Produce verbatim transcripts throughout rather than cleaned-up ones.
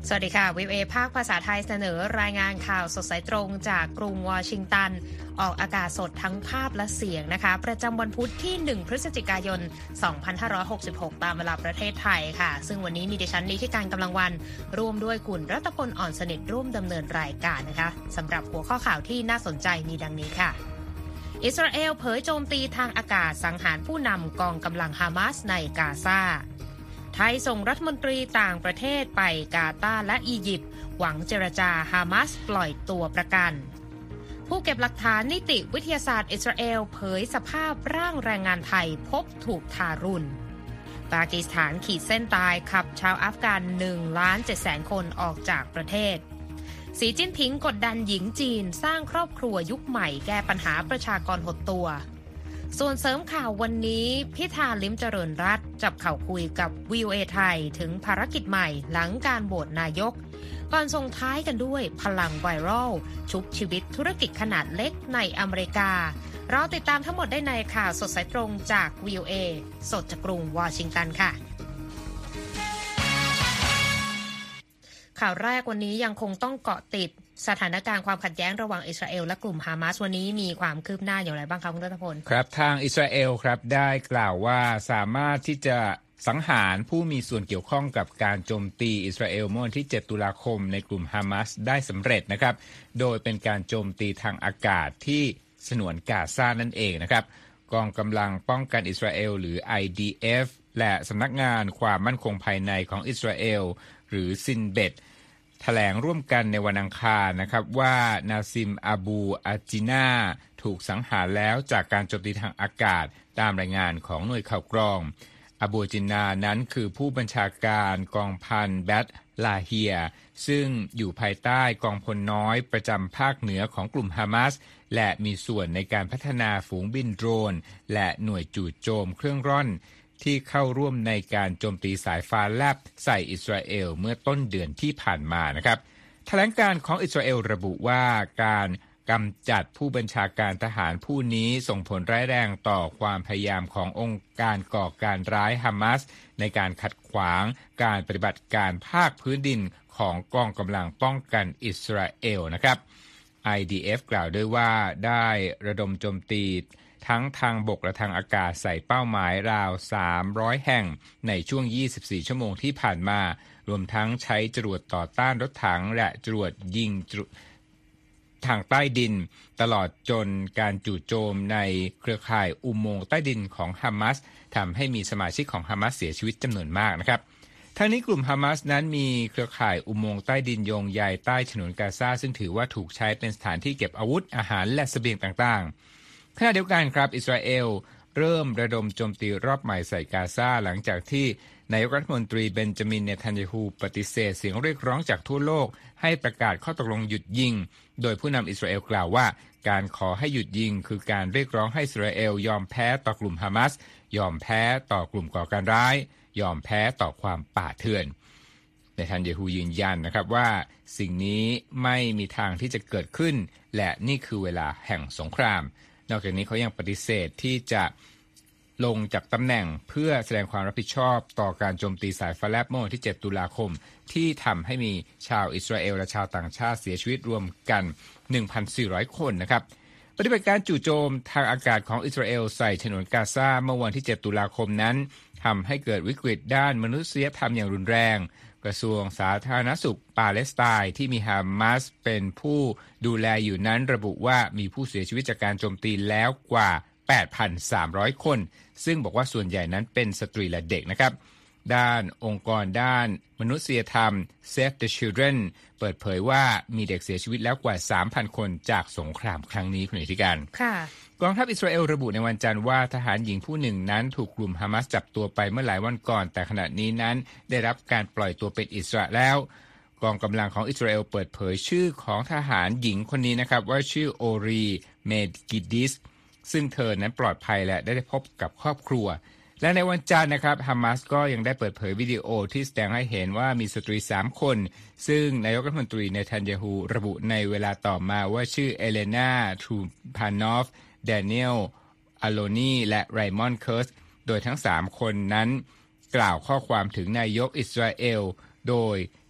สวัสดีค่ะวิวเอภาคภาษาไทยเสนอรายงานข่าวสดสายตรงจากกรุงวอชิงตันออกอากาศสดทั้งภาพและเสียงนะคะประจำวันพุธที่หนึ่งพฤศจิกายนสองพันห้าร้อยหกสิบหกตามเวลาประเทศไทยค่ะซึ่งวันนี้มีดิฉันนิติการกำลังวันร่วมด้วยคุณรัตพลอ่อนสนิทร่วมดำเนินรายการนะคะสำหรับหัวข้อข่าวที่น่าสนใจมีดังนี้ค่ะอิสราเอลเผยโจมตีทางอากาศสังหารผู้นำกองกำลังฮามาสในกาซาไทยส่งรัฐมนตรีต่างประเทศไปกาตาร์และอียิปต์หวังเจรจาฮามาสปล่อยตัวประกันผู้เก็บหลักฐานนิติวิทยาศาสตร์อิสราเอลเผยสภาพร่างแรงงานไทยพบถูกทารุณปากีสถานขีดเส้นตายขับชาวอัฟกานหนึ่งล้านเจ็ดแสนคนออกจากประเทศสีจิ้นผิงกดดันหญิงจีนสร้างครอบครัวยุคใหม่แก้ปัญหาประชากรหดตัวส่วนเสริมข่าววันนี้พิธาลิ้มเจริญรัตน์จับเข่าคุยกับ วี โอ เอ ไทยถึงภารกิจใหม่หลังการโหวตนายกก่อนส่งท้ายกันด้วยพลังไวรัลชุบชีวิตธุรกิจขนาดเล็กในอเมริกาเราติดตามทั้งหมดได้ในข่าวสดสายตรงจาก วี โอ เอ สดจากกรุงวอชิงตันค่ะข่าวแรกวันนี้ยังคงต้องเกาะติดสถานการณ์ความขัดแย้งระหว่างอิสราเอลและกลุ่มฮามาสวันนี้มีความคืบหน้าอย่างไรบ้างคะคุณรัตพลครับทางอิสราเอลครับได้กล่าวว่าสามารถที่จะสังหารผู้มีส่วนเกี่ยวข้องกับการโจมตีอิสราเอลเมื่อวันที่เจ็ดตุลาคมในกลุ่มฮามาสได้สำเร็จนะครับโดยเป็นการโจมตีทางอากาศที่ฉนวนกาซานั่นเองนะครับกองกำลังป้องกันอิสราเอลหรือ ไอ ดี เอฟ และสำนักงานความมั่นคงภายในของอิสราเอลหรือซินเบตแถลงร่วมกันในวันอังคารนะครับว่านาซิมอาบูอาจินาถูกสังหารแล้วจากการโจมตีทางอากาศตามรายงานของหน่วยข่าวกรองอาบูอาจินานั้นคือผู้บัญชาการกองพันแบทลาเฮียซึ่งอยู่ภายใต้กองพลน้อยประจำภาคเหนือของกลุ่มฮามาสและมีส่วนในการพัฒนาฝูงบินโดรนและหน่วยจู่โจมเครื่องร่อนที่เข้าร่วมในการโจมตีสายฟ้าแลบใส่อิสราเอลเมื่อต้นเดือนที่ผ่านมานะครับแถลงการของอิสราเอลระบุว่าการกำจัดผู้บัญชาการทหารผู้นี้ส่งผลร้ายแรงต่อความพยายามขององค์การก่อการร้ายฮามาสในการขัดขวางการปฏิบัติการภาคพื้นดินของกองกำลังป้องกันอิสราเอลนะครับ ไอ ดี เอฟ กล่าวด้วยว่าได้ระดมโจมตีทั้งทางบกและทางอากาศใส่เป้าหมายราวสามร้อยแห่งในช่วงยี่สิบสี่ชั่วโมงที่ผ่านมารวมทั้งใช้จรวดต่อต้านรถถังและจรวดยิงทางใต้ดินตลอดจนการจู่โจมในเครือข่ายอุโมงค์ใต้ดินของฮามาสทำให้มีสมาชิกของฮามาสเสียชีวิตจำนวนมากนะครับทั้งนี้กลุ่มฮามาสนั้นมีเครือข่ายอุโมงค์ใต้ดินโยงใยใต้ฉนวนกาซาซึ่งถือว่าถูกใช้เป็นสถานที่เก็บอาวุธอาหารและเสบียงต่างๆขณะเดียวกันครับอิสราเอลเริ่มระดมโจมตีรอบใหม่ใส่กาซาหลังจากที่นายกรัฐมนตรีเบนจามินเนทันยาฮูปฏิเสธเสียงเรียกร้องจากทั่วโลกให้ประกาศข้อตกลงหยุดยิงโดยผู้นำอิสราเอลกล่าวว่าการขอให้หยุดยิงคือการเรียกร้องให้อิสราเอลยอมแพ้ต่อกลุ่มฮามาสยอมแพ้ต่อกลุ่มก่อการร้ายยอมแพ้ต่อความป่าเถื่อนเนทันยาฮูยืนยันนะครับว่าสิ่งนี้ไม่มีทางที่จะเกิดขึ้นและนี่คือเวลาแห่งสงครามนอกจากนี้เขายังปฏิเสธที่จะลงจากตำแหน่งเพื่อแสดงความรับผิดชอบต่อการโจมตีสายฟ้าแลบเมื่อวันที่เจ็ดตุลาคมที่ทำให้มีชาวอิสราเอลและชาวต่างชาติเสียชีวิตรวมกัน หนึ่งพันสี่ร้อย คนนะครับปฏิบัติการจู่โจมทางอากาศของอิสราเอลใส่ฉนวนกาซาเมื่อวันที่เจ็ดตุลาคมนั้นทำให้เกิดวิกฤตด้านมนุษยธรรมอย่างรุนแรงกระทรวงสาธารณสุขปาเลสไตน์ที่มีฮามาสเป็นผู้ดูแลอยู่นั้นระบุว่ามีผู้เสียชีวิตจากการโจมตีแล้วกว่า แปดพันสามร้อย คนซึ่งบอกว่าส่วนใหญ่นั้นเป็นสตรีและเด็กนะครับด้านองค์กรด้านมนุษยธรรม Save the Children เปิดเผยว่ามีเด็กเสียชีวิตแล้วกว่า สามพัน คนจากสงครามครั้งนี้คุณธิการค่ะกองทัพอิสราเอลระบุในวันจันทร์ว่าทหารหญิงผู้หนึ่งนั้นถูกกลุ่มฮามาสจับตัวไปเมื่อหลายวันก่อนแต่ขณะนี้นั้นได้รับการปล่อยตัวเป็นอิสระแล้วกองกำลังของอิสราเอลเปิดเผยชื่อของทหารหญิงคนนี้นะครับว่าชื่อโอรีเมดกิดิสซึ่งเธอนั้นปลอดภัยและได้พบกับครอบครัวและในวันจันทร์นะครับฮามาสก็ยังได้เปิดเผยวิดีโอที่แสดงให้เห็นว่ามีสตรีสามคนซึ่งนายกรัฐมนตรีเนทันยาฮูระบุในเวลาต่อมาว่าชื่อเอเลนาทูพานอฟแดเนียลอโลนีและไรมอนเคิร์สโดยทั้งสามคนนั้นกล่าวข้อความถึงนายกอิสราเอลโดย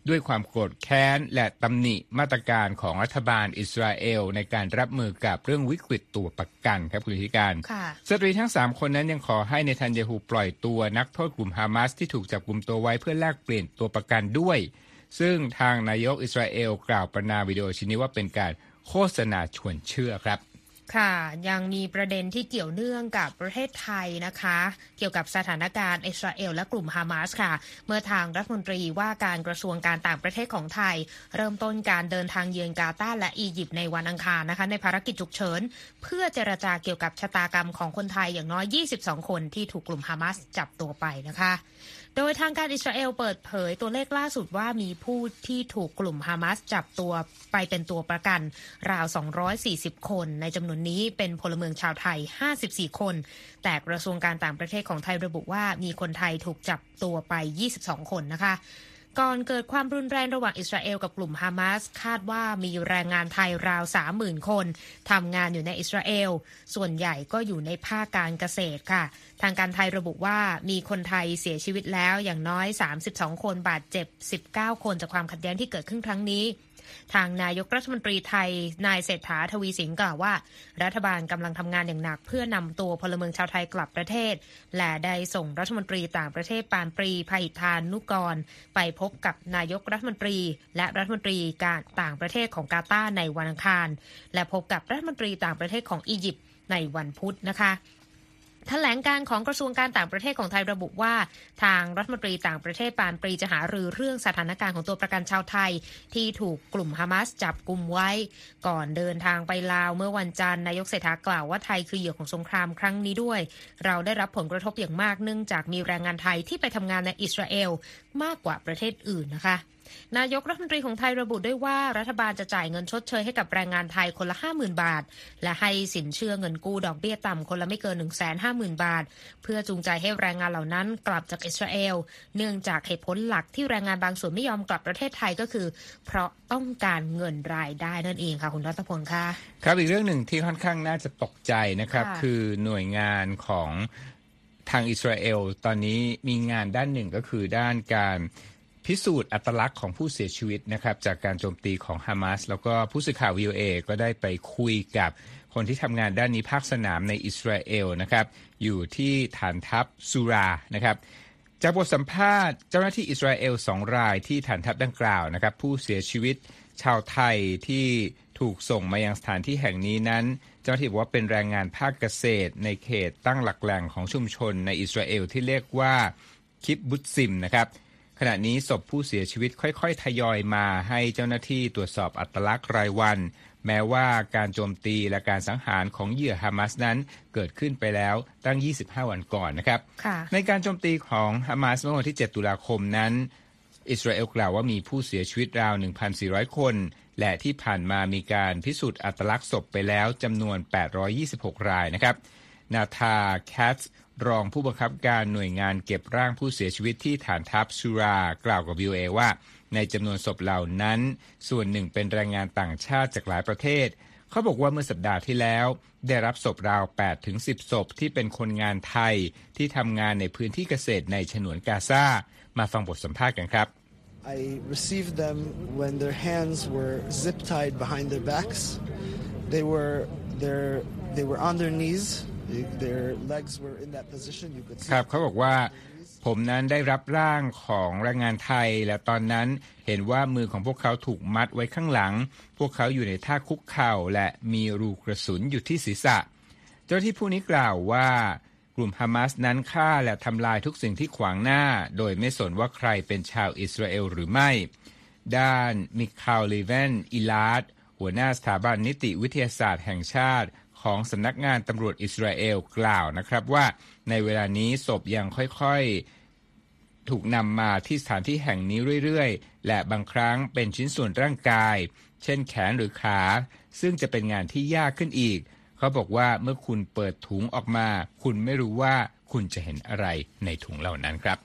ด้วยความโกรธแค้นและตำหนิมาตรการของรัฐบาลอิสราเอลในการรับมือกับเรื่องวิกฤตตัวประกันครับคุณธิการสตรีทั้งสามคนนั้นยังขอให้เนทันยาฮูปล่อยตัวนักโทษกลุ่มฮามาสที่ถูกจับกุมตัวไว้เพื่อแลกเปลี่ยนตัวประกันด้วยซึ่งทางนายกอิสราเอลกล่าวประณามวิดีโอชิ้นนี้ว่าเป็นการโฆษณาชวนเชื่อครับค่ะยังมีประเด็นที่เกี่ยวเนื่องกับประเทศไทยนะคะเกี่ยวกับสถานการณ์อิสราเอลและกลุ่มฮามาสค่ะเมื่อทางรัฐมนตรีว่าการกระทรวงการต่างประเทศของไทยเริ่มต้นการเดินทางเยือนกาตาร์และอียิปต์ในวันอังคารนะคะในภารกิจฉุกเฉินเพื่อเจรจาเกี่ยวกับชะตากรรมของคนไทยอย่างน้อยยี่สิบสองคนที่ถูกกลุ่มฮามาสจับตัวไปนะคะโดยทางการอิสราเอลเปิดเผยตัวเลขล่าสุดว่ามีผู้ที่ถูกกลุ่มฮามาสจับตัวไปเป็นตัวประกันราวสองร้อยสี่สิบคนในจำนวนนี้เป็นพลเมืองชาวไทยห้าสิบสี่คนแต่กระทรวงการต่างประเทศของไทยระบุว่ามีคนไทยถูกจับตัวไปยี่สิบสองคนนะคะก่อนเกิดความรุนแรงระหว่างอิสราเอลกับกลุ่มฮามาสคาดว่ามีแรงงานไทยราว สามหมื่น คนทำงานอยู่ในอิสราเอลส่วนใหญ่ก็อยู่ในภาคการเกษตรค่ะทางการไทยระบุว่ามีคนไทยเสียชีวิตแล้วอย่างน้อยสามสิบสองคนบาดเจ็บสิบเก้าคนจากความขัดแย้งที่เกิดขึ้นครั้งนี้ทางนายกรัฐมนตรีไทยนายเศรษฐาทวีสินกล่าวว่ารัฐบาลกำลังทำงานอย่างหนักเพื่อนำตัวพลเมืองชาวไทยกลับประเทศและได้ส่งรัฐมนตรีต่างประเทศปานปรีพหิทานุกรไปพบกับนายกรัฐมนตรีและรัฐมนตรีการต่างประเทศของกาตาร์ในวันอังคารและพบกับรัฐมนตรีต่างประเทศของอียิปต์ในวันพุธนะคะแถลงการของกระทรวงการต่างประเทศของไทยระบุว่าทางรัฐมนตรีต่างประเทศปานปรีจะหารือเรื่องสถานการณ์ของตัวประกันชาวไทยที่ถูกกลุ่มฮามาสจับกุมไว้ก่อนเดินทางไปลาวเมื่อวันจันทร์นายกเศรษฐากล่าวว่าไทยคือเหยื่อของสงครามครั้งนี้ด้วยเราได้รับผลกระทบอย่างมากเนื่องจากมีแรงงานไทยที่ไปทำงานในอิสราเอลมากกว่าประเทศอื่นนะคะนายกรัฐมนตรีของไทยระบุด้วยว่ารัฐบาลจะจ่ายเงินชดเชยให้กับแรงงานไทยคนละ ห้าหมื่น บาทและให้สินเชื่อเงินกู้ดอกเบี้ยต่ำคนละไม่เกิน หนึ่งแสนห้าหมื่น บาทเพื่อจูงใจให้แรงงานเหล่านั้นกลับจากอิสราเอลเนื่องจากเหตุผลหลักที่แรงงานบางส่วนไม่ยอมกลับประเทศไทยก็คือเพราะต้องการเงินรายได้นั่นเองค่ะคุณรัตพลค่ะครับอีกเรื่องหนึ่งที่ค่อนข้างน่าจะตกใจนะครับคือหน่วยงานของทางอิสราเอลตอนนี้มีงานด้านหนึ่งก็คือด้านการพิสูจน์อัตลักษณ์ของผู้เสียชีวิตนะครับจากการโจมตีของฮามาสแล้วก็ผู้สื่อข่าว วี โอ เอ ก็ได้ไปคุยกับคนที่ทำงานด้านนี้ภาคสนามในอิสราเอลนะครับอยู่ที่ฐานทัพซูรานะครับจากบทสัมภาษณ์เจ้าหน้าที่อิสราเอลสองรายที่ฐานทัพดังกล่าวนะครับผู้เสียชีวิตชาวไทยที่ถูกส่งมายังสถานที่แห่งนี้นั้นเจ้าหน้าที่บอกว่าเป็นแรงงานภาคเกษตรในเขตตั้งหลักแหล่งของชุมชนในอิสราเอลที่เรียกว่าคิบบุตซิมนะครับขณะนี้ศพผู้เสียชีวิตค่อยๆทยอยมาให้เจ้าหน้าที่ตรวจสอบอัตลักษณ์รายวันแม้ว่าการโจมตีและการสังหารของเหยื่อฮามาสนั้นเกิดขึ้นไปแล้วตั้งยี่สิบห้าวันก่อนนะครับในการโจมตีของฮามาสเมื่อวันที่เจ็ดตุลาคมนั้นอิสราเอลกล่าวว่ามีผู้เสียชีวิตราว หนึ่งพันสี่ร้อย คนและที่ผ่านมามีการพิสูจน์อัตลักษณ์ศพไปแล้วจำนวนแปดร้อยยี่สิบหกรายนะครับนาธาแคทรองผู้บังคับการหน่วยงานเก็บร่างผู้เสียชีวิตที่ฐานทัพซูรากล่าวกับ วี โอ เอ ว่าในจำนวนศพเหล่านั้นส่วนหนึ่งเป็นแรงงานต่างชาติจากหลายประเทศเขาบอกว่าเมื่อสัปดาห์ที่แล้วได้รับศพราว แปดถึงสิบ ศพที่เป็นคนงานไทยที่ทำงานในพื้นที่เกษตรในฉนวนกาซามาฟังบทสัมภาษณ์กันครับ I received them when their hands were zip tied behind their backs. They were their they were on their knees.Their legs were in that position. You could see. ครับเขาบอกว่าผมนั้นได้รับร่างของแรงงานไทยและตอนนั้นเห็นว่ามือของพวกเขาถูกมัดไว้ข้างหลังพวกเขาอยู่ในท่าคุกเข่าและมีรูกระสุนอยู่ที่ศีรษะเจ้าหน้าที่ผู้นี้กล่าวว่ากลุ่มฮามาสนั้นฆ่าและทำลายทุกสิ่งที่ขวางหน้าโดยไม่สนว่าใครเป็นชาวอิสราเอลหรือไม่ด้านมิคาลลีเวนอิลาดหัวหน้าสถาบันนิติวิทยาศาสตร์แห่งชาติของสำนักงานตำรวจอิสราเอลกล่าวนะครับว่าในเวลานี้ศพยังค่อยๆถูกนำมาที่สถานที่แห่งนี้เรื่อยๆและบางครั้งเป็นชิ้นส่วนร่างกายเช่นแขนหรือขาซึ่งจะเป็นงานที่ยากขึ้นอีกเขาบอกว่าเมื่อคุณเปิดถุงออกมาคุณไม่รู้ว่าคุณจะเห็นอะไรในถุงเหล่านั้นครับ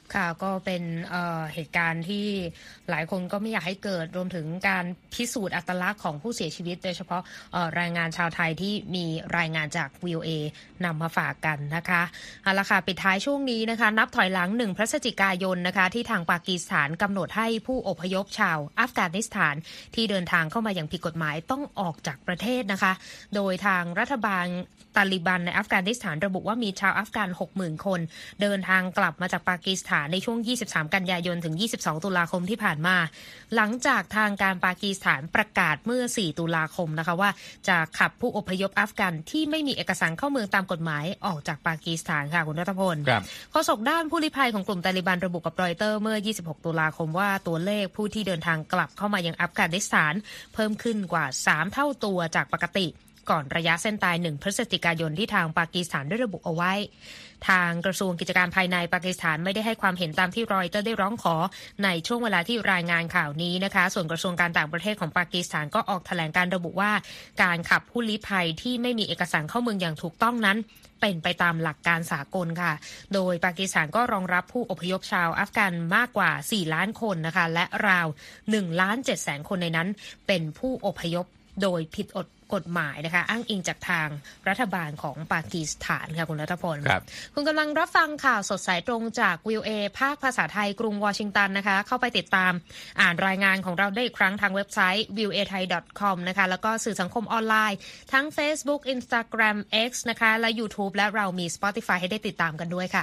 ค่ะก็เป็น เอ่อ เหตุการณ์ที่หลายคนก็ไม่อยากให้เกิดรวมถึงการพิสูจน์อัตลักษณ์ของผู้เสียชีวิตโดยเฉพาะแรงงานชาวไทยที่มีรายงานจาก วี โอ เอ นำมาฝากกันนะคะเอาละค่ะปิดท้ายช่วงนี้นะคะนับถอยหลังหนึ่งพฤศจิกายนนะคะที่ทางปากีสถานกำหนดให้ผู้อพยพชาวอัฟกานิสถานที่เดินทางเข้ามาอย่างผิดกฎหมายต้องออกจากประเทศนะคะโดยทางรัฐบาลตาลิบันในอัฟกานิสถานระบุว่ามีชาวอัฟกัน หกหมื่น คนเดินทางกลับมาจากปากีสถานในช่วงยี่สิบสามกันยายนถึงยี่สิบสองตุลาคมที่ผ่านมาหลังจากทางการปากีสถานประกาศเมื่อสี่ตุลาคมนะคะว่าจะขับผู้อพยพอัฟกันที่ไม่มีเอกสารเข้าเมืองตามกฎหมายออกจากปากีสถานค่ะคุณรัตพลโฆษกด้านผู้ลี้ภัยของกลุ่มตาลิบันระบุกับรอยเตอร์เมื่อยี่สิบหกตุลาคมว่าตัวเลขผู้ที่เดินทางกลับเข้ามายังอัฟกานิสถานเพิ่มขึ้นกว่าสามเท่าตัวจากปกติก่อนระยะเส้นตายหนึ่งพฤศจิกายนที่ทางปากีสถานได้ระบุเอาไว้ทางกระทรวงกิจการภายในปากีสถานไม่ได้ให้ความเห็นตามที่รอยเตอร์ได้ร้องขอในช่วงเวลาที่รายงานข่าวนี้นะคะส่วนกระทรวงการต่างประเทศของปากีสถานก็ออกแถลงการระบุว่าการขับผู้ลี้ภัยที่ไม่มีเอกสารเข้าเมืองอย่างถูกต้องนั้นเป็นไปตามหลักการสากลค่ะโดยปากีสถานก็รองรับผู้อพยพชาวอัฟกันมากกว่าสี่ล้านคนนะคะและราวหนึ่งล้านเจ็ดแสนคนในนั้นเป็นผู้อพยพโดยผิดกฎหมายนะคะอ้างอิงจากทางรัฐบาลของปากีสถานค่ะคุณรัฐพลครับคุณกำลังรับฟังข่าวสดสายตรงจาก วี โอ เอ ภาคภาษาไทยกรุงวอชิงตันนะคะเข้าไปติดตามอ่านรายงานของเราได้อีกครั้งทางเว็บไซต์ วี โอ เอ ไทย ดอท คอม นะคะแล้วก็สื่อสังคมออนไลน์ทั้ง Facebook Instagram X นะคะและ YouTube และเรามี Spotify ให้ได้ติดตามกันด้วยค่ะ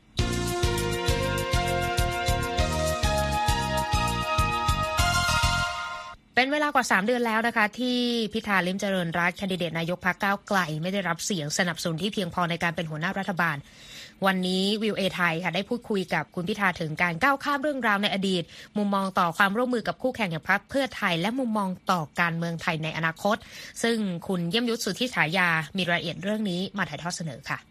เป็นเวลากว่าสามเดือนแล้วนะคะที่พิธาลิ้มเจริญรัตน์แคนดิเดตนายกพรรคก้าวไกลไม่ได้รับเสียงสนับสนุนที่เพียงพอในการเป็นหัวหน้ารัฐบาลวันนี้ วี โอ เอ ไทยค่ะได้พูดคุยกับคุณพิธาถึงการก้าวข้ามเรื่องราวในอดีตมุมมองต่อความร่วมมือกับคู่แข่งอย่างพรรคเพื่อไทยและมุมมองต่อการเมืองไทยในอนาคตซึ่งคุณเยี่ยมยุทธสุทธิฉายามีรายละเอียดเรื่องนี้มาถ่ายทอดเสนอค่ะ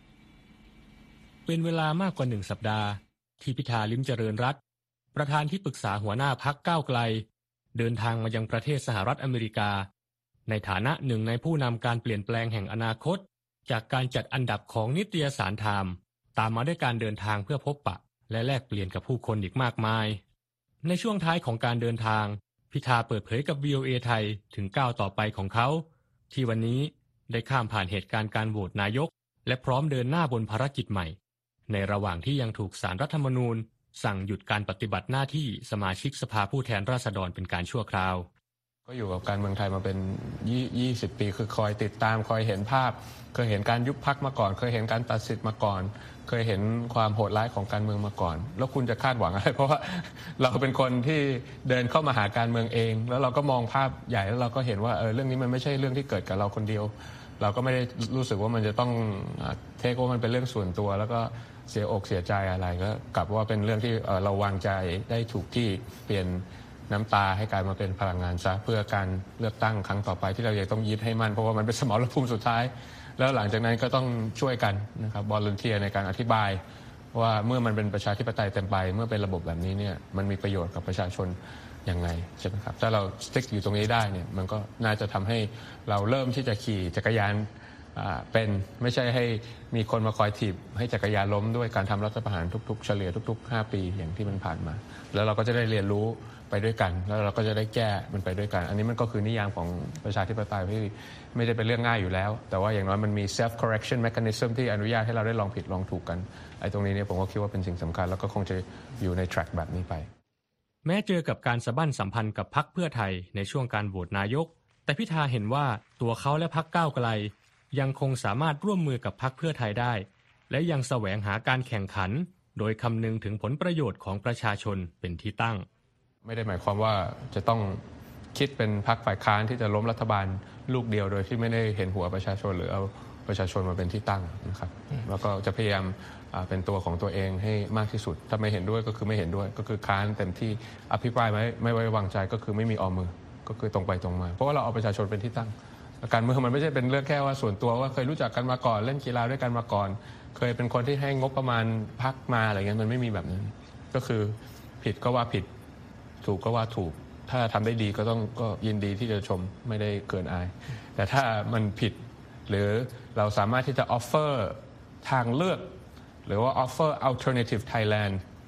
เป็นเวลามากกว่าหนึ่งสัปดาห์ที่พิธาลิ้มเจริญรัตน์ประธานที่ปรึกษาหัวหน้าพรรคก้าวไกลเดินทางมายังประเทศสหรัฐอเมริกาในฐานะหนึ่งในผู้นำการเปลี่ยนแปลงแห่งอนาคตจากการจัดอันดับของนิตยสารไทม์ตามมาด้วยการเดินทางเพื่อพบปะและแลกเปลี่ยนกับผู้คนอีกมากมายในช่วงท้ายของการเดินทางพิธาเปิดเผยกับ วี โอ เอ ไทยถึงก้าวต่อไปของเขาที่วันนี้ได้ข้ามผ่านเหตุการณ์การโหวตนายกและพร้อมเดินหน้าบนภารกิจใหม่ในระหว่างที่ยังถูกศาลรัฐธรรมนูญสั่งหยุดการปฏิบัติหน้าที่สมาชิกสภาผู้แทนราษฎรเป็นการชั่วคราวก็อยู่กับการเมืองไทยมาเป็นยี่สิบปีคือคอยติดตามคอยเห็นภาพเคยเห็นการยุบพรรคมาก่อนเคยเห็นการตัดสิทธิ์มาก่อนเคยเห็นความโหดร้ายของการเมืองมาก่อนแล้วคุณจะคาดหวังอะไรเพราะว่าเราเป็นคนที่เดินเข้ามาหาการเมืองเองแล้วเราก็มองภาพใหญ่แล้วเราก็เห็นว่าเออเรื่องนี้มันไม่ใช่เรื่องที่เกิดกับเราคนเดียวเราก็ไม่ได้รู้สึกว่ามันจะต้องเทคว่ามันเป็นเรื่องส่วนตัวแล้วก็เสียอกเสียใจอะไรก็กลับว่าเป็นเรื่องที่เราวางใจได้ถูกที่เปลี่ยนน้ำตาให้กลายมาเป็นพลังงานซะเพื่อการเลือกตั้งครั้งต่อไปที่เราอยากต้องยึดให้มั่นเพราะว่ามันเป็นสมรภูมิสุดท้ายแล้วหลังจากนั้นก็ต้องช่วยกันนะครับวอลันเทียร์ในการอธิบายว่าเมื่อมันเป็นประชาธิปไตยเต็มใบเมื่อเป็นระบบแบบนี้เนี่ยมันมีประโยชน์กับประชาชนยังไงใช่ไหมครับถ้าเราสติ๊กอยู่ตรงนี้ได้เนี่ยมันก็น่าจะทำให้เราเริ่มที่จะขี่จักรยานเป็นไม่ใช่ให้มีคนมาคอยถีบให้จักรยานล้มด้วยการทำรัฐประหารทุกๆเฉลี่ยทุกๆห้าปีอย่างที่มันผ่านมาแล้วเราก็จะได้เรียนรู้ไปด้วยกันแล้วเราก็จะได้แก้มันไปด้วยกันอันนี้มันก็คือนิยามของประชาธิปไตยที่ไม่ได้เป็นเรื่องง่ายอยู่แล้วแต่ว่าอย่างน้อยมันมี self correction mechanism ที่อนุญาตให้เราได้ลองผิดลองถูกกันไอ้ตรงนี้เนี่ยผมก็คิดว่าเป็นสิ่งสำคัญแล้วก็คงจะอยู่ใน track แบบนี้ไปแม้เจอกับการสะบั้นสัมพันธ์กับพรรคเพื่อไทยในช่วงการโหวตนายกแต่พิธาเห็นว่าตัวเขาและพรรคก้าวไกลยังคงสามารถร่วมมือกับพรรคเพื่อไทยได้และยังแสวงหาการแข่งขันโดยคำนึงถึงผลประโยชน์ของประชาชนเป็นที่ตั้งไม่ได้หมายความว่าจะต้องคิดเป็นพรรคฝ่ายค้านที่จะล้มรัฐบาลลูกเดียวโดยที่ไม่ได้เห็นหัวประชาชนหรือเอาประชาชนมาเป็นที่ตั้งนะครับแล้วก็จะพยายามเป็นตัวของตัวเองให้มากที่สุดถ้าไม่เห็นด้วยก็คือไม่เห็นด้วยก็คือค้านเต็มที่อภิปรายไม่ไม่ไว้วางใจก็คือไม่มีออมมือก็คือตรงไปตรงมาเพราะว่าเราเอาประชาชนเป็นที่ตั้งการเมืองมันไม่ใช่เป็นเรื่องแค่ว่าส่วนตัวว่าเคยรู้จักกันมาก่อนเล่นกีฬาด้วยกันมาก่อนเคยเป็นคนที่ให้งบประมาณพรรคมาอะไรเงี้ยมันไม่มีแบบนั้นก็คือผิดก็ว่าผิดถูกก็ว่าถูกถ้าทำได้ดีก็ต้องก็ยินดีที่จะชมไม่ได้เกินอายแต่ถ้ามันผิดหรือเราสามารถที่จะ offer ทางเลือกหรือว่า offer alternative Thailand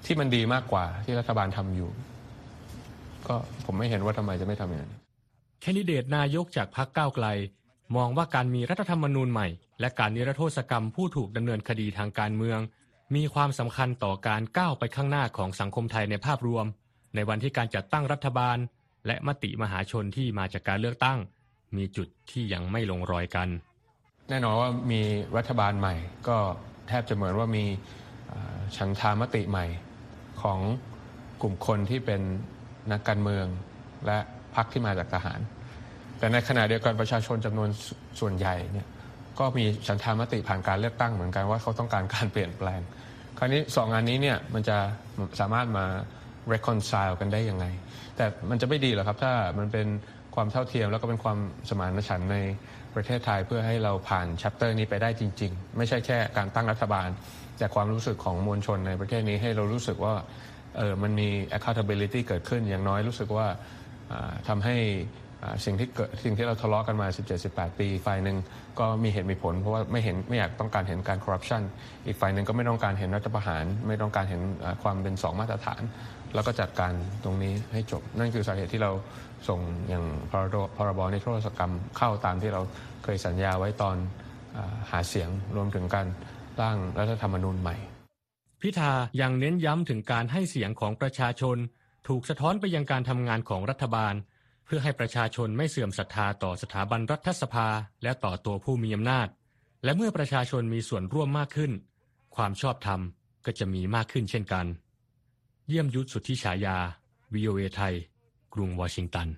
ที่มันดีมากกว่าที่รัฐบาลทำอยู่ก็ผมไม่เห็นว่าทำไมจะไม่ทำอย่างนั้นแคนดิเดตนายกจากพรรคก้าวไกลมองว่าการมีรัฐธรรมนูญใหม่และการนิรโทษกรรมผู้ถูกดำเนินคดีทางการเมืองมีความสำคัญต่อการก้าวไปข้างหน้าของสังคมไทยในภาพรวมในวันที่การจัดตั้งรัฐบาลและมติมหาชนที่มาจากการเลือกตั้งมีจุดที่ยังไม่ลงรอยกันแน่นอนว่ามีรัฐบาลใหม่ก็แทบจะเหมือนว่ามีฉันทามติใหม่ของกลุ่มคนที่เป็นนักการเมืองและพรรคที่มาจากทหารแต่ในขณะเดียวกันประชาชนจำนวนส่วนใหญ่เนี่ยก็มีฉันทามติผ่านการเลือกตั้งเหมือนกันว่าเขาต้องการการเปลี่ยนแปลงคราวนี้สองอันนี้เนี่ยมันจะสามารถมา reconcile กันได้ยังไงแต่มันจะไม่ดีหรอกครับถ้ามันเป็นความเท่าเทียมแล้วก็เป็นความสมานฉันท์ในประเทศไทยเพื่อให้เราผ่าน chapter นี้ไปได้จริงๆไม่ใช่แค่การตั้งรัฐบาลแต่ความรู้สึกของมวลชนในประเทศนี้ให้เรารู้สึกว่าเออมันมี accountability เกิดขึ้นอย่างน้อยรู้สึกว่าทำให้สิ่งที่เกิดสิ่งที่เราทะเลาะกันมา สิบเจ็ด สิบแปด ปีฝ่ายหนึ่งก็มีเหตุมีผลเพราะว่าไม่เห็นไม่อยากต้องการเห็นการ corruption อีกฝ่ายหนึ่งก็ไม่ต้องการเห็นรัฐประหารไม่ต้องการเห็นความเป็นสองมาตรฐานแล้วก็จัดการตรงนี้ให้จบนั่นคือสาเหตุที่เราส่งอย่างพรบนิรโทษกรรมเข้าตามที่เราเคยสัญญาไว้ตอนหาเสียงรวมถึงการร่างรัฐธรรมนูญใหม่พิธายังเน้นย้ำถึงการให้เสียงของประชาชนถูกสะท้อนไปยังการทำงานของรัฐบาลเพื่อให้ประชาชนไม่เสื่อมศรัทธาต่อสถาบันรัฐสภาและต่อตัวผู้มีอำนาจและเมื่อประชาชนมีส่วนร่วมมากขึ้นความชอบธรรมก็จะมีมากขึ้นเช่นกันเยี่ยมยุทธสุทธิฉายา วี โอ เอ ไทยกรุงวอชิงตัน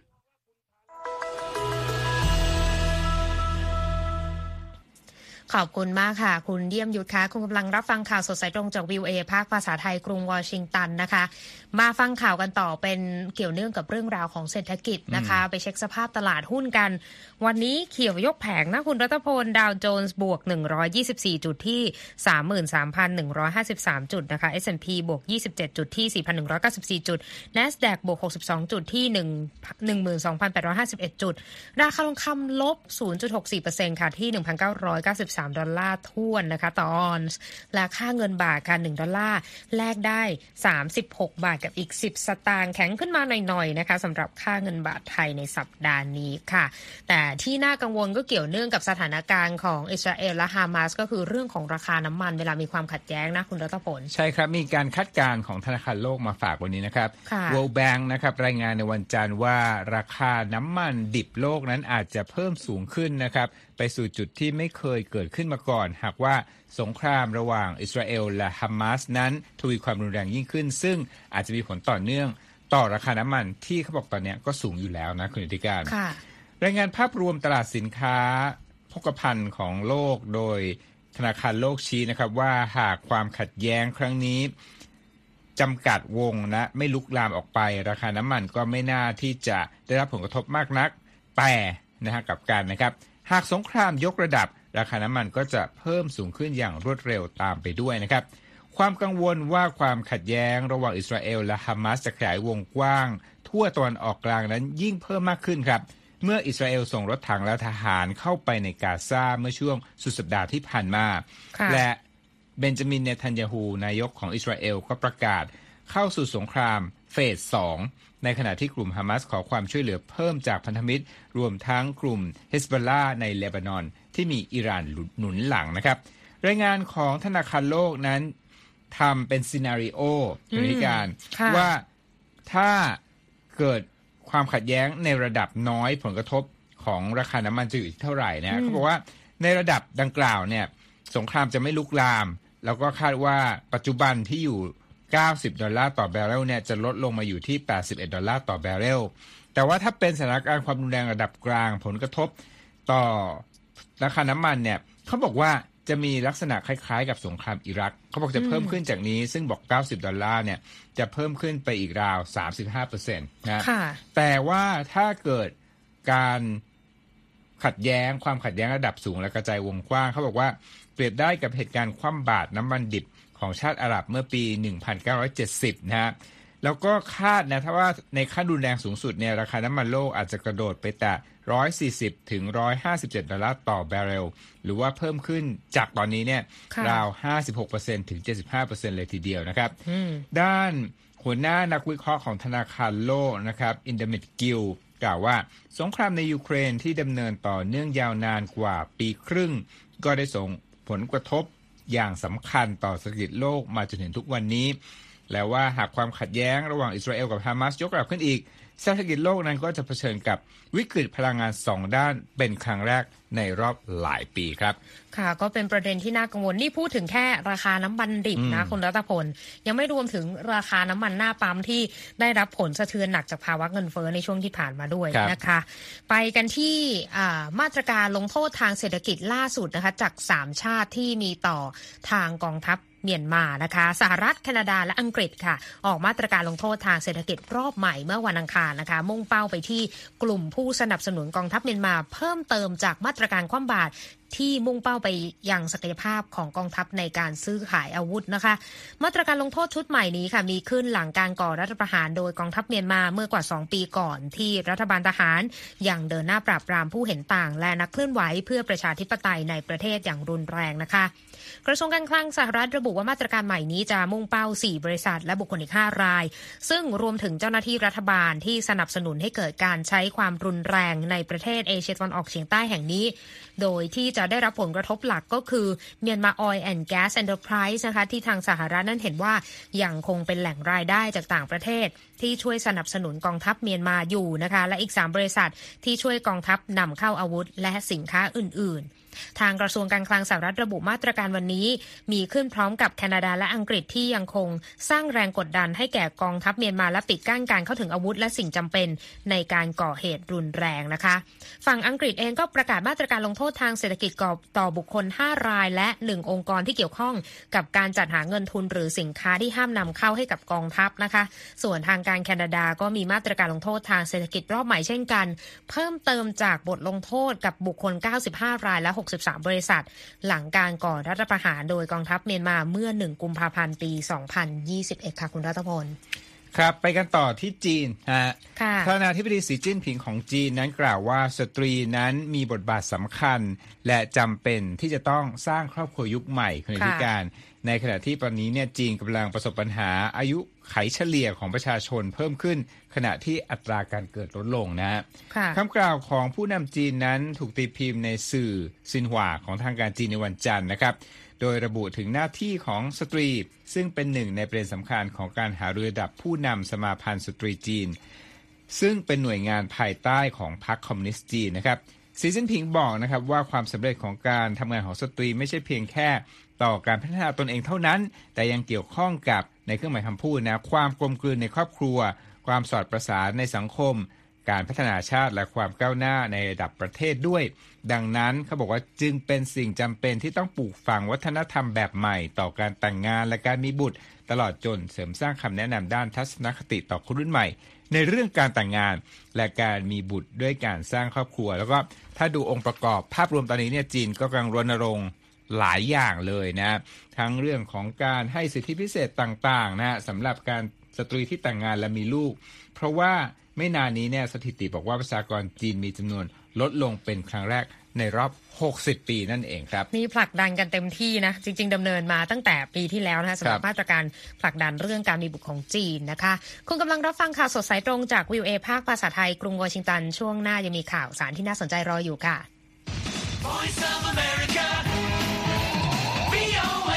ขอบคุณมากค่ะคุณเยี่ยมยุทธค่ะคุณกำลังรับฟังข่าวสดสายตรงจาก วี โอ เอ ภาคภาษาไทยกรุงวอชิงตันนะคะมาฟังข่าวกันต่อเป็นเกี่ยวเนื่องกับเรื่องราวของเศรษฐกิจนะคะไปเช็คสภาพตลาดหุ้นกันวันนี้เขียวยกแผงนะคุณรัตพลดาวโจนส์บวกหนึ่งร้อยยี่สิบสี่จุดที่ สามหมื่นสามพันหนึ่งร้อยห้าสิบสาม จุดนะคะ เอส แอนด์ พี บวกยี่สิบเจ็ดจุดที่ สี่พันหนึ่งร้อยเก้าสิบสี่ จุด NASDAQ บวกหกสิบสองจุดที่ หนึ่งหมื่นสองพันแปดร้อยห้าสิบเอ็ด จุดราคาทองคำลบ ศูนย์จุดหกสี่เปอร์เซ็นต์ ค่ะที่ หนึ่งพันเก้าร้อยเก้าสิบสาม ดอลลาร์ถ้วนนะคะต่อออนซ์และค่าเงินบาทค่ะหนึ่งดอลลาร์แลกได้สามสิบหกบาทกับอีกสิบสตางค์แข็งขึ้นมาหน่อยๆนะคะสำหรับค่าเงินบาทไทยในสัปดาห์นี้ค่ะแต่ที่น่ากังวลก็เกี่ยวเนื่องกับสถานการณ์ของอิสราเอลและฮามาสก็คือเรื่องของราคาน้ำมันเวลามีความขัดแย้งนะคุณรัตพลใช่ครับมีการคาดการณ์ของธนาคารโลกมาฝากวันนี้นะครับ World Bank นะครับรายงานในวันจันทร์ว่าราคาน้ำมันดิบโลกนั้นอาจจะเพิ่มสูงขึ้นนะครับไปสู่จุดที่ไม่เคยเกิดขึ้นมาก่อนหากว่าสงครามระหว่างอิสราเอลและฮามาสนั้นทวีความรุนแรงยิ่งขึ้นซึ่งอาจจะมีผลต่อเนื่องต่อราคาน้ำมันที่เขาบอกตอนนี้ก็สูงอยู่แล้วนะคุณอธิการรายงานภาพรวมตลาดสินค้าโภคภัณฑ์ของโลกโดยธนาคารโลกชี้นะครับว่าหากความขัดแย้งครั้งนี้จำกัดวงนะไม่ลุกลามออกไปราคาน้ำมันก็ไม่น่าที่จะได้รับผลกระทบมากนักแต่นะฮะกับการนะครับหากสงครามยกระดับราคาน้ำมันก็จะเพิ่มสูงขึ้นอย่างรวดเร็วตามไปด้วยนะครับความกังวลว่าความขัดแย้งระหว่างอิสราเอลและฮามาสจะขยายวงกว้างทั่วตะวันออกกลางนั้นยิ่งเพิ่มมากขึ้นครับเมื่ออิสราเอลส่งรถถังและทหารเข้าไปในกาซาเมื่อช่วงสุดสัปดาห์ที่ผ่านมาและเบนจามินเนทันยาฮูนายกของอิสราเอลก็ประกาศเข้าสู่สงครามเฟสสองในขณะที่กลุ่มฮามาสขอความช่วยเหลือเพิ่มจากพันธมิตรรวมทั้งกลุ่มเฮซบอลลาห์ในเลบานอนที่มีอิหร่านหนุนหลังนะครับรายงานของธนาคารโลกนั้นทำเป็นซีนาริโอในการว่าถ้าเกิดความขัดแย้งในระดับน้อยผลกระทบของราคาน้ำมันจะอยู่ที่เท่าไหร่นะเขาบอกว่าในระดับดังกล่าวเนี่ยสงครามจะไม่ลุกลามแล้วก็คาดว่าปัจจุบันที่อยู่เก้าสิบดอลลาร์ต่อแบเรลเนี่ยจะลดลงมาอยู่ที่แปดสิบเอ็ดดอลลาร์ต่อแบเรลแต่ว่าถ้าเป็นสถานการณ์ความรุนแรงระดับกลางผลกระทบต่อราคาน้ำมันเนี่ยเขาบอกว่าจะมีลักษณะคล้ายๆกับสงครามอิรักเขาบอกจะเพิ่มขึ้นจากนี้ซึ่งบอกเก้าสิบดอลลาร์เนี่ยจะเพิ่มขึ้นไปอีกราว สามสิบห้าเปอร์เซ็นต์ นะแต่ว่าถ้าเกิดการขัดแย้งความขัดแย้งระดับสูงและกระจายวงกว้างเขาบอกว่าเปรียบได้กับเหตุการณ์คว่ำบาตรน้ำมันดิบของชาติอาหรับเมื่อปีหนึ่งพันเก้าร้อยเจ็ดสิบนะฮะแล้วก็คาดนะถ้าว่าในขั้นรุนแรงสูงสุดเนี่ยราคาน้ำมันโลกอาจจะกระโดดไปแต่หนึ่งร้อยสี่สิบถึงหนึ่งร้อยห้าสิบเจ็ดดอลลาร์ต่อบาร์เรลหรือว่าเพิ่มขึ้นจากตอนนี้เนี่ยราว ห้าสิบหกเปอร์เซ็นต์ ถึง เจ็ดสิบห้าเปอร์เซ็นต์ เลยทีเดียวนะครับด้านหัวหน้านักวิเคราะห์ของธนาคารโลกนะครับอินเดมิดกิลกล่าวว่าสงครามในยูเครนที่ดำเนินต่อเนื่องยาวนานกว่าปีครึ่งก็ได้ส่งผลกระทบอย่างสำคัญต่อเศรษฐกิจโลกมาจนถึงทุกวันนี้แล้วว่าหากความขัดแย้งระหว่างอิสราเอลกับฮามาสยกระดับขึ้นอีกเศรษฐกิจโลกนั้นก็จะเผชิญกับวิกฤตพลังงานสองด้านเป็นครั้งแรกในรอบหลายปีครับค่ะก็เป็นประเด็นที่น่ากังวลนี่พูดถึงแค่ราคาน้ำมันดิบนะคุณรัตพลยังไม่รวมถึงราคาน้ำมันหน้าปั๊มที่ได้รับผลสะเทือนหนักจากภาวะเงินเฟ้อในช่วงที่ผ่านมาด้วยนะคะไปกันที่มาตรการลงโทษทางเศรษฐกิจล่าสุดนะคะจากสามชาติที่มีต่อทางกองทัพเมียนมานะคะสหรัฐแคนาดาและอังกฤษค่ะออกมาตรการลงโทษทางเศรษฐกิจรอบใหม่เมื่อวันอังคารนะคะมุ่งเป้าไปที่กลุ่มผู้สนับสนุนกองทัพเมียนมาเพิ่มเติมจากมาตรการคว่ำบาตรที่มุ่งเป้าไปยังศักยภาพของกองทัพในการซื้อขายอาวุธนะคะมาตรการลงโทษชุดใหม่นี้ค่ะมีขึ้นหลังการก่อรัฐประหารโดยกองทัพเมียนมาเมื่อกว่าสองปีก่อนที่รัฐบาลทหารยังเดินหน้าปราบปรามผู้เห็นต่างและนักเคลื่อนไหวเพื่อประชาธิปไตยในประเทศอย่างรุนแรงนะคะกระทรวงการคลังสหรัฐระบุว่ามาตรการใหม่นี้จะมุ่งเป้าสี่บริษัทและบุคคลอีกห้ารายซึ่งรวมถึงเจ้าหน้าที่รัฐบาลที่สนับสนุนให้เกิดการใช้ความรุนแรงในประเทศเอเชียตะวันออกเฉียงใต้แห่งนี้โดยที่จะได้รับผลกระทบหลักก็คือ Myanmar Oil and Gas Enterprise นะคะที่ทางสหรัฐนั้นเห็นว่ายังคงเป็นแหล่งรายได้จากต่างประเทศที่ช่วยสนับสนุนกองทัพเมียนมาอยู่นะคะและอีกสามบริษัทที่ช่วยกองทัพนำเข้าอาวุธและสินค้าอื่นๆทางกระทรวงการคลังสหรัฐระบุมาตรการวันนี้มีขึ้นพร้อมกับแคนาดาและอังกฤษที่ยังคงสร้างแรงกดดันให้แก่กองทัพเมียนมาและปิดกั้นการเข้าถึงอาวุธและสิ่งจำเป็นในการก่อเหตุรุนแรงนะคะฝั่งอังกฤษเองก็ประกาศมาตรการลงโทษทางเศรษฐกิจต่อบุคคลห้ารายและหนึ่งองค์กรที่เกี่ยวข้องกับการจัดหาเงินทุนหรือสินค้าที่ห้ามนำเข้าให้กับกองทัพนะคะส่วนทางการแคนาดาก็มีมาตรการลงโทษทางเศรษฐกิจรอบใหม่เช่นกันเพิ่มเติมจากบทลงโทษกับบุคคลเก้าสิบห้ารายและหกสิบสามบริษัทหลังการก่อรัฐประหารโดยกองทัพเมียนมาเมื่อหนึ่งกุมภาพันธ์ปีสองพันยี่สิบเอ็ดค่ะคุณรัตพลครับไปกันต่อที่จีนฮะประธานาธิบดีสีจิ้นผิงของจีนนั้นกล่าวว่าสตรีนั้นมีบทบาทสำคัญและจำเป็นที่จะต้องสร้างครอบครัวยุคใหม่คุณธิการในขณะที่ตอนนี้เนี่ยจีนกำลังประสบปัญหาอายุไขเฉลี่ยของประชาชนเพิ่มขึ้นขณะที่อัตราการเกิดลดลงนะฮะคำกล่าวของผู้นำจีนนั้นถูกตีพิมพ์ในสื่อซินหว่าของทางการจีนในวันจันทร์นะครับโดยระบุถึงหน้าที่ของสตรีซึ่งเป็นหนึ่งในประเด็นสำคัญของการหารือระดับผู้นำสมาพันธ์สตรีจีนซึ่งเป็นหน่วยงานภายใต้ของพรรคคอมมิวนิสต์จีนนะครับสีจิ้นผิงบอกนะครับว่าความสำเร็จของการทำงานของสตรีไม่ใช่เพียงแค่ต่อการพัฒนาตนเองเท่านั้นแต่ยังเกี่ยวข้องกับในเครื่องหมายคำพูดนะความกลมกลืนในครอบครัวความสอดประสานในสังคมการพัฒนาชาติและความก้าวหน้าในระดับประเทศด้วยดังนั้นเขาบอกว่าจึงเป็นสิ่งจำเป็นที่ต้องปลูกฝังวัฒนธรรมแบบใหม่ต่อการแต่งงานและการมีบุตรตลอดจนเสริมสร้างคำแนะนำด้านทัศนคติต่อคนรุ่นใหม่ในเรื่องการแต่งงานและการมีบุตรด้วยการสร้างครอบครัวแล้วก็ถ้าดูองค์ประกอบภาพรวมตอนนี้เนี่ยจีนก็กำลังรณรงค์หลายอย่างเลยนะทั้งเรื่องของการให้สิทธิพิเศษต่างๆนะสำหรับการสตรีที่แต่งงานและมีลูกเพราะว่าไม่นานนี้เนี่ยสถิติบอกว่าประชากรจีนมีจำนวนลดลงเป็นครั้งแรกในรอบหกสิบปีนั่นเองครับนี่ผลักดันกันเต็มที่นะจริงๆดำเนินมาตั้งแต่ปีที่แล้วนะคะสำหรับมาตรการผลักดันเรื่องการมีบุตรของจีนนะคะคุณกำลังรับฟังข่าวสดสายตรงจาก วี โอ เอ ภาคภาษาไทยกรุงวอชิงตันช่วงหน้ายังมีข่าวสารที่น่าสนใจรออยู่ค่ะ Voice of America วี โอ เอ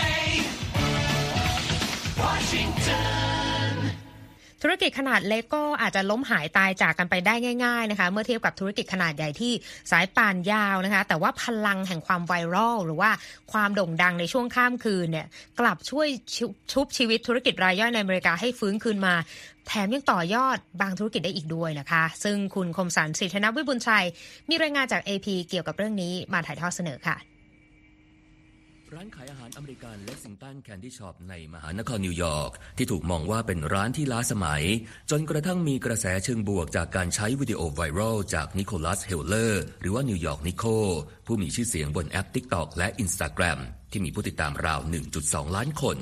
Washingtonธุรกิจขนาดเล็กก็อาจจะล้มหายตายจากกันไปได้ง่ายๆนะคะเมื่อเทียบกับธุรกิจขนาดใหญ่ที่สายป่านยาวนะคะแต่ว่าพลังแห่งความไวรัลหรือว่าความโด่งดังในช่วงข้ามคืนเนี่ยกลับช่วยชุบชีวิตธุรกิจรายย่อยในอเมริกาให้ฟื้นคืนมาแถมยังต่อยอดบางธุรกิจได้อีกด้วยนะคะซึ่งคุณคมสันต์ สิทธนวิบุญชัยมีรายงานจาก เอ พี เกี่ยวกับเรื่องนี้มาถ่ายทอดเสนอค่ะร้านขายอาหารอเมริกันเล็กซิงตันแคนดี้ช็อปในมหานครนิวยอร์กที่ถูกมองว่าเป็นร้านที่ล้าสมัยจนกระทั่งมีกระแสเชิงบวกจากการใช้วิดีโอไวรัลจากนิโคลัสเฮลเลอร์หรือว่านิวยอร์กนิโคผู้มีชื่อเสียงบนแอป TikTok และ Instagram ที่มีผู้ติดตามราว หนึ่งจุดสอง ล้านคน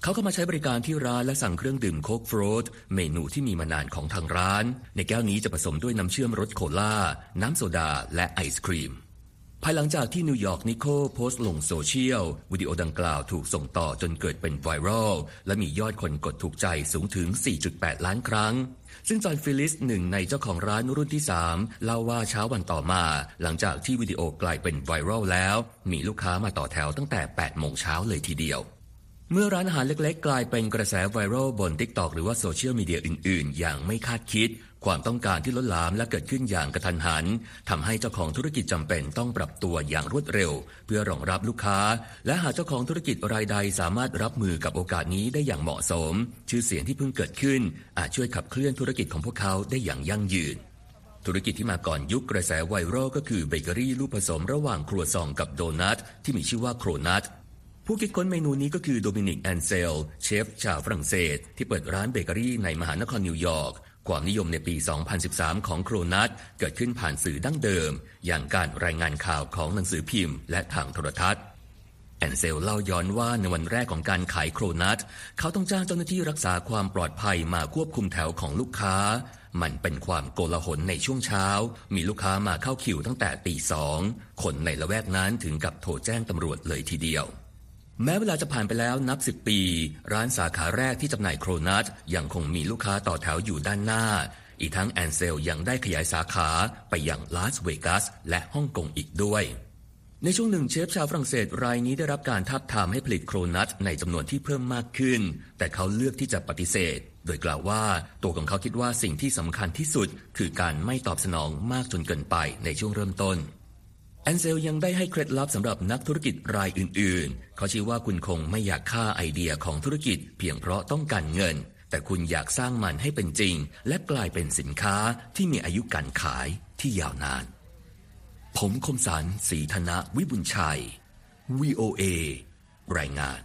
เขาเข้ามาใช้บริการที่ร้านและสั่งเครื่องดื่มโค้กโฟลต์เมนูที่มีมานานของทางร้านในแก้วนี้จะผสมด้วยน้ำเชื่อมรสโคลาน้ำโซดาและไอศครีมภายหลังจากที่นิวยอร์กนิโคลโพสต์ลงโซเชียลวิดีโอดังกล่าวถูกส่งต่อจนเกิดเป็นไวรัลและมียอดคนกดถูกใจสูงถึง สี่จุดแปด ล้านครั้งซึ่งจอห์นฟิลลิสหนึ่งในเจ้าของร้านรุ่นที่สามเล่าว่าเช้าวันต่อมาหลังจากที่วิดีโอกลายเป็นไวรัลแล้วมีลูกค้ามาต่อแถวตั้งแต่ แปด โมงเช้าเลยทีเดียวเมื่อร้านอาหารเล็กๆกลายเป็นกระแสไวรัลบน TikTok หรือว่าโซเชียลมีเดียอื่นๆอย่างไม่คาดคิดความต้องการที่ล้นหลามและเกิดขึ้นอย่างกระทันหันทำให้เจ้าของธุรกิจจำเป็นต้องปรับตัวอย่างรวดเร็วเพื่อรองรับลูกค้าและหากเจ้าของธุรกิจรายใดสามารถรับมือกับโอกาสนี้ได้อย่างเหมาะสมชื่อเสียงที่เพิ่งเกิดขึ้นอาจช่วยขับเคลื่อนธุรกิจของพวกเขาได้อย่างยั่งยืนธุรกิจที่มาก่อนยุคกระแสไวรัลก็คือเบเกอรี่ลูกผสมระหว่างครัวซองกับโดนัทที่มีชื่อว่าโครนัทผู้คิดค้นเมนูนี้ก็คือโดมินิกแอนเซลเชฟชาวฝรั่งเศสที่เปิดร้านเบเกอรี่ในมหานครนิวยอร์กความนิยมในปี สองพันสิบสาม ของโครนัทเกิดขึ้นผ่านสื่อดั้งเดิมอย่างการรายงานข่าวของหนังสือพิมพ์และทางโทรทัศน์แอนเซลเล่าย้อนว่าในวันแรกของการขายโครนัทเขาต้องจ้างเจ้าหน้าที่รักษาความปลอดภัยมาควบคุมแถวของลูกค้ามันเป็นความโกลาหลในช่วงเช้ามีลูกค้ามาเข้าคิวตั้งแต่ตีสองคนในละแวกนั้นถึงกับโทรแจ้งตำรวจเลยทีเดียวแม้เวลาจะผ่านไปแล้วนับสิบปีร้านสาขาแรกที่จำหน่ายโครนัทยังคงมีลูกค้าต่อแถวอยู่ด้านหน้าอีกทั้งแอนเซลยังได้ขยายสาขาไปยังลาสเวกัสและฮ่องกงอีกด้วยในช่วงหนึ่งเชฟชาวฝรั่งเศสรายนี้ได้รับการทาบทามให้ผลิตโครนัทในจำนวนที่เพิ่มมากขึ้นแต่เขาเลือกที่จะปฏิเสธโดยกล่าวว่าตัวของเขาคิดว่าสิ่งที่สำคัญที่สุดคือการไม่ตอบสนองมากจนเกินไปในช่วงเริ่มต้นแอนเซลยังได้ให้เคล็ดลับสำหรับนักธุรกิจรายอื่นๆเขาชี้ว่าคุณคงไม่อยากฆ่าไอเดียของธุรกิจเพียงเพราะต้องการเงินแต่คุณอยากสร้างมันให้เป็นจริงและกลายเป็นสินค้าที่มีอายุการขายที่ยาวนานผมคมสันต์ ศรีธนะวิบุญชัย วี โอ เอ รายงาน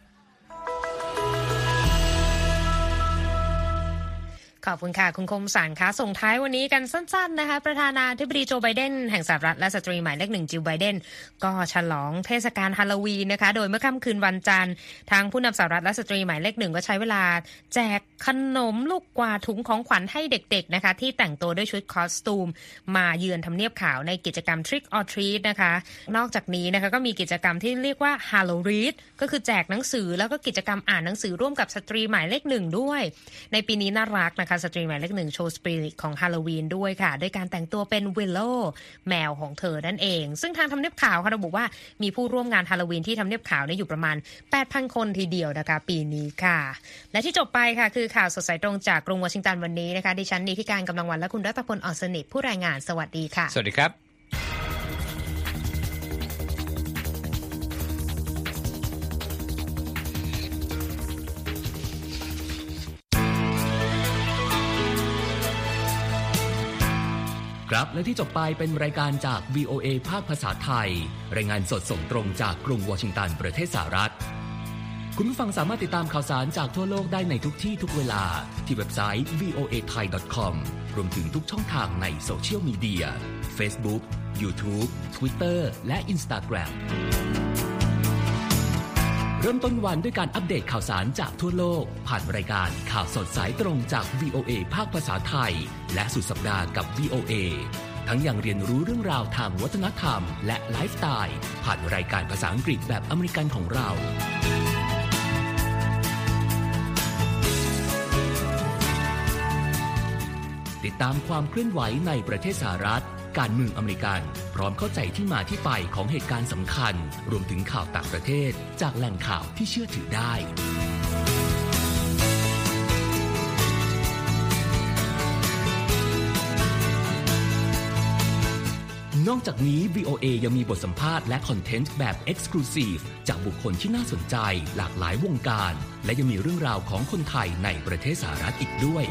ขอบคุณค่ะคุณคมสันค่ะส่งท้ายวันนี้กันสั้นๆนะคะประธานาธิบดีโจไบเดนแห่งสหรัฐและสตรีหมายเลขหนึ่งจิลไบเดนก็ฉลองเทศกาลฮาโลวีนนะคะโดยเมื่อค่ำคืนวันจันทร์ทางผู้นำสหรัฐและสตรีหมายเลขหนึ่งก็ใช้เวลาแจกขนมลูกกวาดถุงของขวัญให้เด็กๆนะคะที่แต่งตัวด้วยชุดคอสตูมมาเยือนทำเนียบขาวในกิจกรรม Trick or Treat นะคะนอกจากนี้นะคะก็มีกิจกรรมที่เรียกว่า Halo Read ก็คือแจกหนังสือแล้วก็กิจกรรมอ่านหนังสือร่วมกับสตรีหมายเลขหนึ่งด้วยในปีนี้น่ารักนะคะสตรีหมายเลขหนึ่งโชว์สปิริตของฮาโลวีนด้วยค่ะด้วยการแต่งตัวเป็นวิลโลแมวของเธอนั่นเองซึ่งทางทำเนียบขาวค่ะระบุว่ามีผู้ร่วมงานฮาโลวีนที่ทำเนียบขาวเนี่ยอยู่ประมาณ แปดพัน คนทีเดียวนะคะปีนี้ค่ะและที่จบไปค่ะคือข่าวสดสายตรงจากกรุงวอชิงตันวันนี้นะคะดิฉันนิติการกำลังวันและคุณรัตพลอ่อนสนิทผู้รายงานสวัสดีค่ะสวัสดีครับครับและที่จบไปเป็นรายการจาก วี โอ เอ ภาคภาษาไทยรายงานสดส่งตรงจากกรุงวอชิงตันประเทศสหรัฐคุณผู้ฟังสามารถติดตามข่าวสารจากทั่วโลกได้ในทุกที่ทุกเวลาที่เว็บไซต์ วี โอ เอ ไทย ดอท คอม รวมถึงทุกช่องทางในโซเชียลมีเดีย Facebook YouTube Twitter และ Instagram เริ่มต้นวันด้วยการอัปเดตข่าวสารจากทั่วโลกผ่านรายการข่าวสดสายตรงจาก วี โอ เอ ภาคภาษาไทยและสุดสัปดาห์กับ วี โอ เอ ทั้งยังเรียนรู้เรื่องราวทางวัฒนธรรมและไลฟ์สไตล์ผ่านรายการภาษาอังกฤษแบบอเมริกันของเราติดตามความเคลื่อนไหวในประเทศสหรัฐการเมืองอเมริกันพร้อมเข้าใจที่มาที่ไปของเหตุการณ์สำคัญรวมถึงข่าวต่างประเทศจากแหล่งข่าวที่เชื่อถือได้นอกจากนี้ วี โอ เอ ยังมีบทสัมภาษณ์และคอนเทนต์แบบ Exclusive จากบุคคลที่น่าสนใจหลากหลายวงการและยังมีเรื่องราวของคนไทยในประเทศสหรัฐอีกด้วย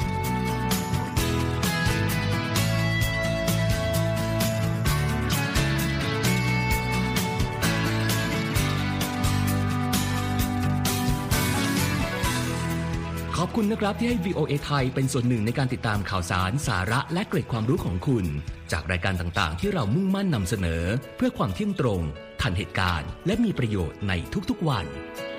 ขอบคุณนะครับที่ให้ วี โอ เอ ไทยเป็นส่วนหนึ่งในการติดตามข่าวสารสาระและเกร็ดความรู้ของคุณจากรายการต่างๆที่เรามุ่งมั่นนำเสนอเพื่อความเที่ยงตรงทันเหตุการณ์และมีประโยชน์ในทุกๆวัน